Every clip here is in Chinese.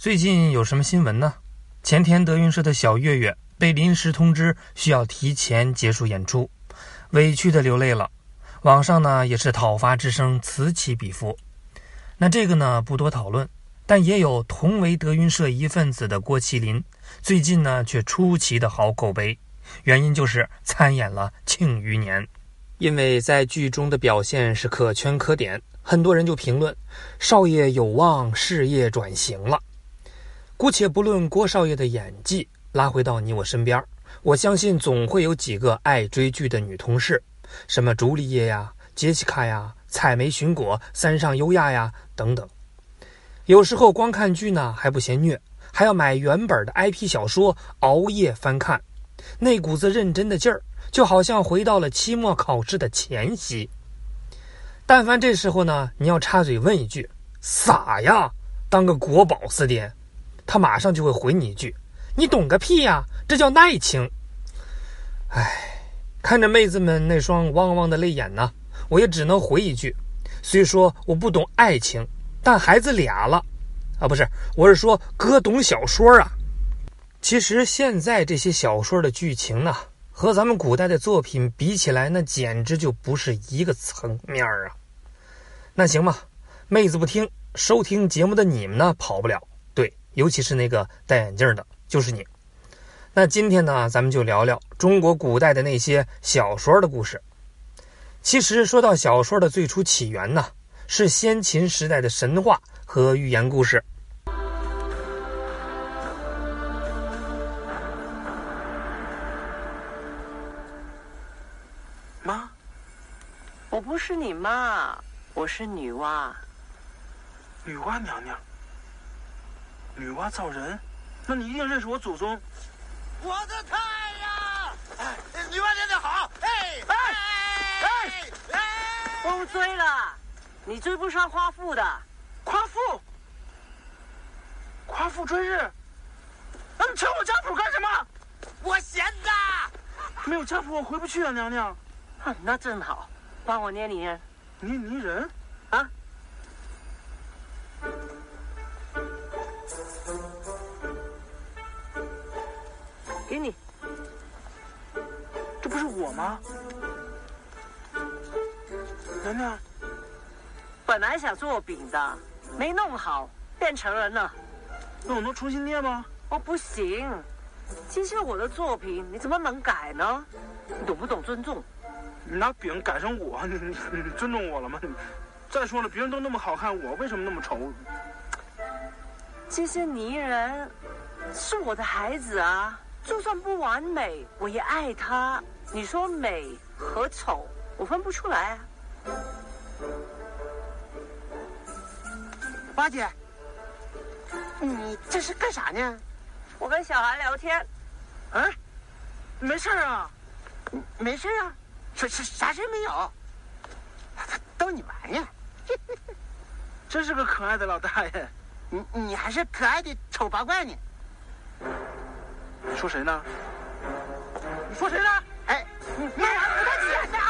最近有什么新闻呢？前天德云社的小岳岳被临时通知需要提前结束演出，委屈的流泪了。网上呢也是讨伐之声此起彼伏。那这个呢不多讨论，但也有同为德云社一份子的郭麒麟，最近呢却出奇的好口碑，原因就是参演了《庆余年》。因为在剧中的表现是可圈可点，很多人就评论少爷有望事业转型了。姑且不论郭少爷的演技，拉回到你我身边，我相信总会有几个爱追剧的女同事，什么朱丽叶呀、杰西卡呀、采梅寻果、三上优亚呀等等。有时候光看剧呢还不嫌虐，还要买原本的 IP 小说熬夜翻看，那股子认真的劲儿就好像回到了期末考试的前夕。但凡这时候呢你要插嘴问一句傻呀，当个国宝似的，他马上就会回你一句你懂个屁呀，这叫耐情。看着妹子们那双汪汪的泪眼呢，我也只能回一句，虽说我不懂爱情，但孩子俩了啊，不是，我是说哥懂小说啊。其实现在这些小说的剧情呢，和咱们古代的作品比起来，那简直就不是一个层面啊。那行吧，妹子不听，收听节目的你们呢跑不了，对，尤其是那个戴眼镜的，就是你。那今天呢，咱们就聊聊中国古代的那些小说的故事。其实说到小说的最初起源呢，是先秦时代的神话和寓言故事。 妈，我不是你妈，我是女娲。 女娲娘娘，女娲造人，那你一定认识我祖宗。 我的太阳！女娲娘娘好！ 不追了，你追不上夸父的。 夸父追日？那你抢我家谱干什么？ 我闲的。 没有家谱我回不去啊，娘娘。 那正好，帮我捏捏。 泥人啊？给你。 这不是我吗？娘娘， 本来想做饼的，没弄好，变成人了。 那我能重新捏吗？ 不行，这是我的作品，你怎么能改呢？你懂不懂尊重？ 你拿饼改成我，你尊重我了吗？再说了，别人都那么好看，我为什么那么丑？ 这些泥人是我的孩子啊，就算不完美，我也爱他。你说美和丑，我分不出来啊。 八姐，你这是干啥呢？ 我跟小孩聊天。 没事啊。 没事啊，啥事没有，逗你玩呀。 真是个可爱的老大爷。 你还是可爱的丑八怪呢。 你说谁呢？你说谁呢？ 你还不带急的？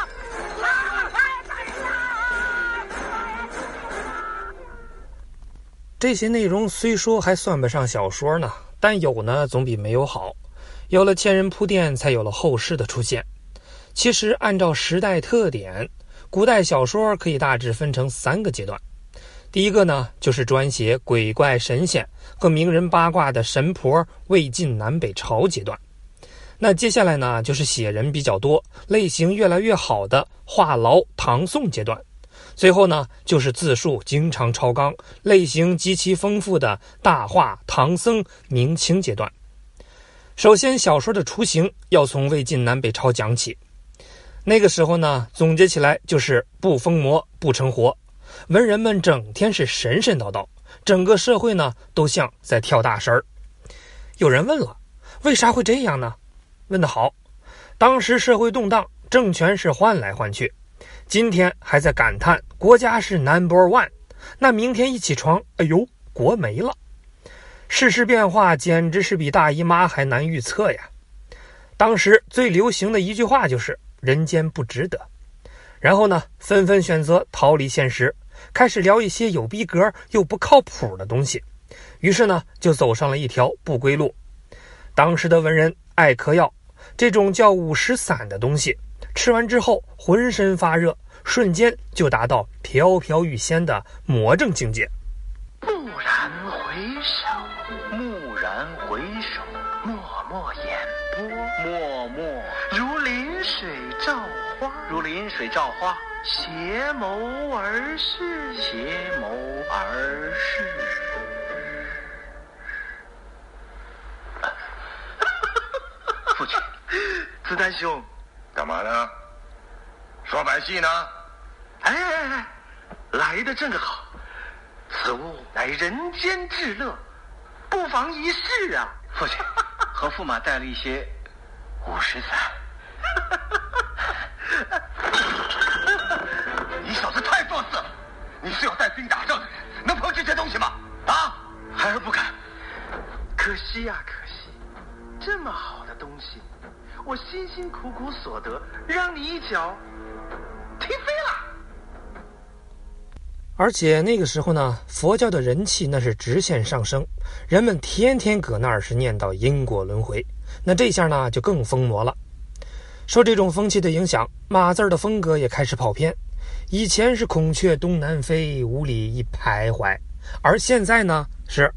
这些内容虽说还算不上小说呢，但有呢总比没有好。有了前人铺垫，才有了后世的出现。其实按照时代特点，古代小说可以大致分成3个阶段。第一个呢，就是专写鬼怪神仙和名人八卦的神婆魏晋南北朝阶段。那接下来呢，就是写人比较多，类型越来越好的话痨唐宋阶段。最后呢，就是字数经常超纲，类型极其丰富的大话唐僧明清阶段。首先，小说的雏形要从魏晋南北朝讲起。那个时候呢，总结起来就是不疯魔不成活，文人们整天是神神叨叨，整个社会呢都像在跳大神儿。有人问了，为啥会这样呢？问得好，当时社会动荡，政权是换来换去，今天还在感叹国家是 No.1， 那明天一起床，哎呦，国没了。世事变化简直是比大姨妈还难预测呀。当时最流行的一句话就是人间不值得，然后呢纷纷选择逃离现实，开始聊一些有逼格又不靠谱的东西， 于是呢就走上了一条不归路。当时的文人爱嗑药，这种叫午时散的东西，吃完之后浑身发热，瞬间就达到飘飘欲仙的魔怔境界。 蓦然回首，蓦然回首，脉脉眼波，脉脉如临水照花，如临水照花，斜眸而视，斜眸而视。父亲，子丹兄， 干嘛呢？耍把戏呢？ 哎，来得正好，此物乃人间至乐，不妨一试啊！父亲，和驸马带了一些午时散。 你小子太放肆了！你是要带兵打仗的人，能碰这些东西吗？啊！ 孩儿不敢。可惜呀，可惜，这么好的东西，我辛辛苦苦所得，让你一脚踢飞了。 而且那个时候呢，佛教的人气那是直线上升，人们天天搁那儿是念叨因果轮回，那这下呢就更疯魔了。受这种风气的影响，码字的风格也开始跑偏。以前是孔雀东南飞，五里一徘徊，而现在呢是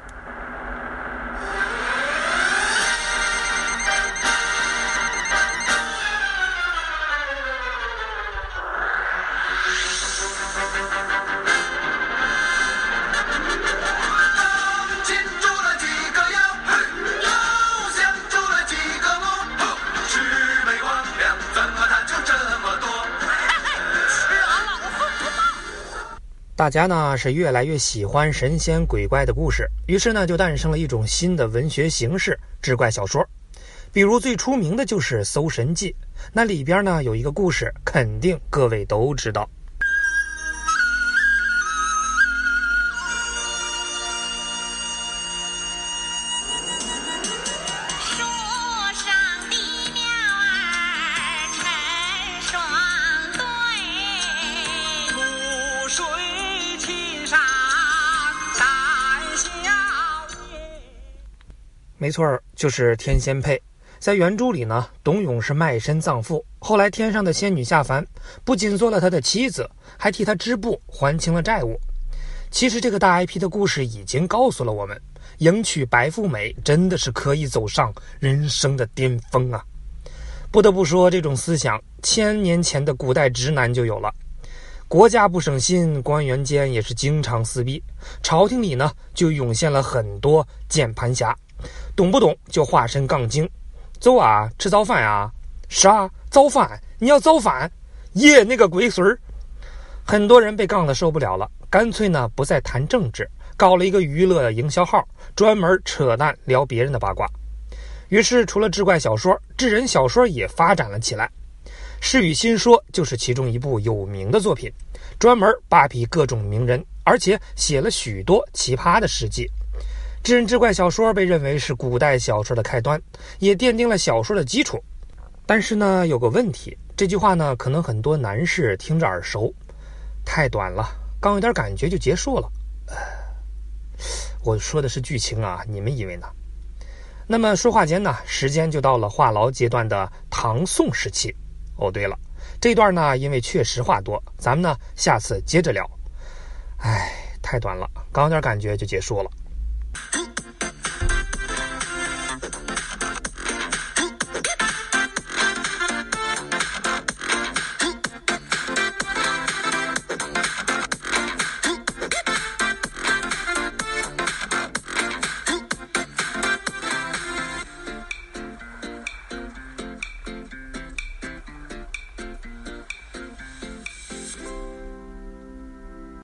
大家呢是越来越喜欢神仙鬼怪的故事，于是呢就诞生了一种新的文学形式——志怪小说。比如最出名的就是《搜神记》，那里边呢有一个故事，肯定各位都知道。没错，就是天仙配。在原著里呢，董永是卖身葬父，后来天上的仙女下凡，不仅做了他的妻子，还替他织布，还清了债务。其实这个大 IP 的故事已经告诉了我们，迎娶白富美真的是可以走上人生的巅峰啊！不得不说，这种思想1000年前的古代直男就有了。国家不省心，官员间也是经常撕逼，朝廷里呢就涌现了很多键盘侠，懂不懂就化身杠精。走啊，吃早饭啊？啥？早饭？你要早饭？耶，那个龟孙儿！很多人被杠得受不了了，干脆呢不再谈政治，搞了一个娱乐营销号，专门扯淡聊别人的八卦。于是除了志怪小说，志人小说也发展了起来。世语新说就是其中一部有名的作品，专门扒皮各种名人，而且写了许多奇葩的事迹。志人志怪小说被认为是古代小说的开端，也奠定了小说的基础。但是呢，有个问题，这句话呢，可能很多男士听着耳熟，太短了，刚有点感觉就结束了。我说的是剧情啊，你们以为呢？那么说话间呢，时间就到了话痨阶段的唐宋时期。哦，对了，这段呢，因为确实话多，咱们呢下次接着聊。太短了，刚有点感觉就结束了。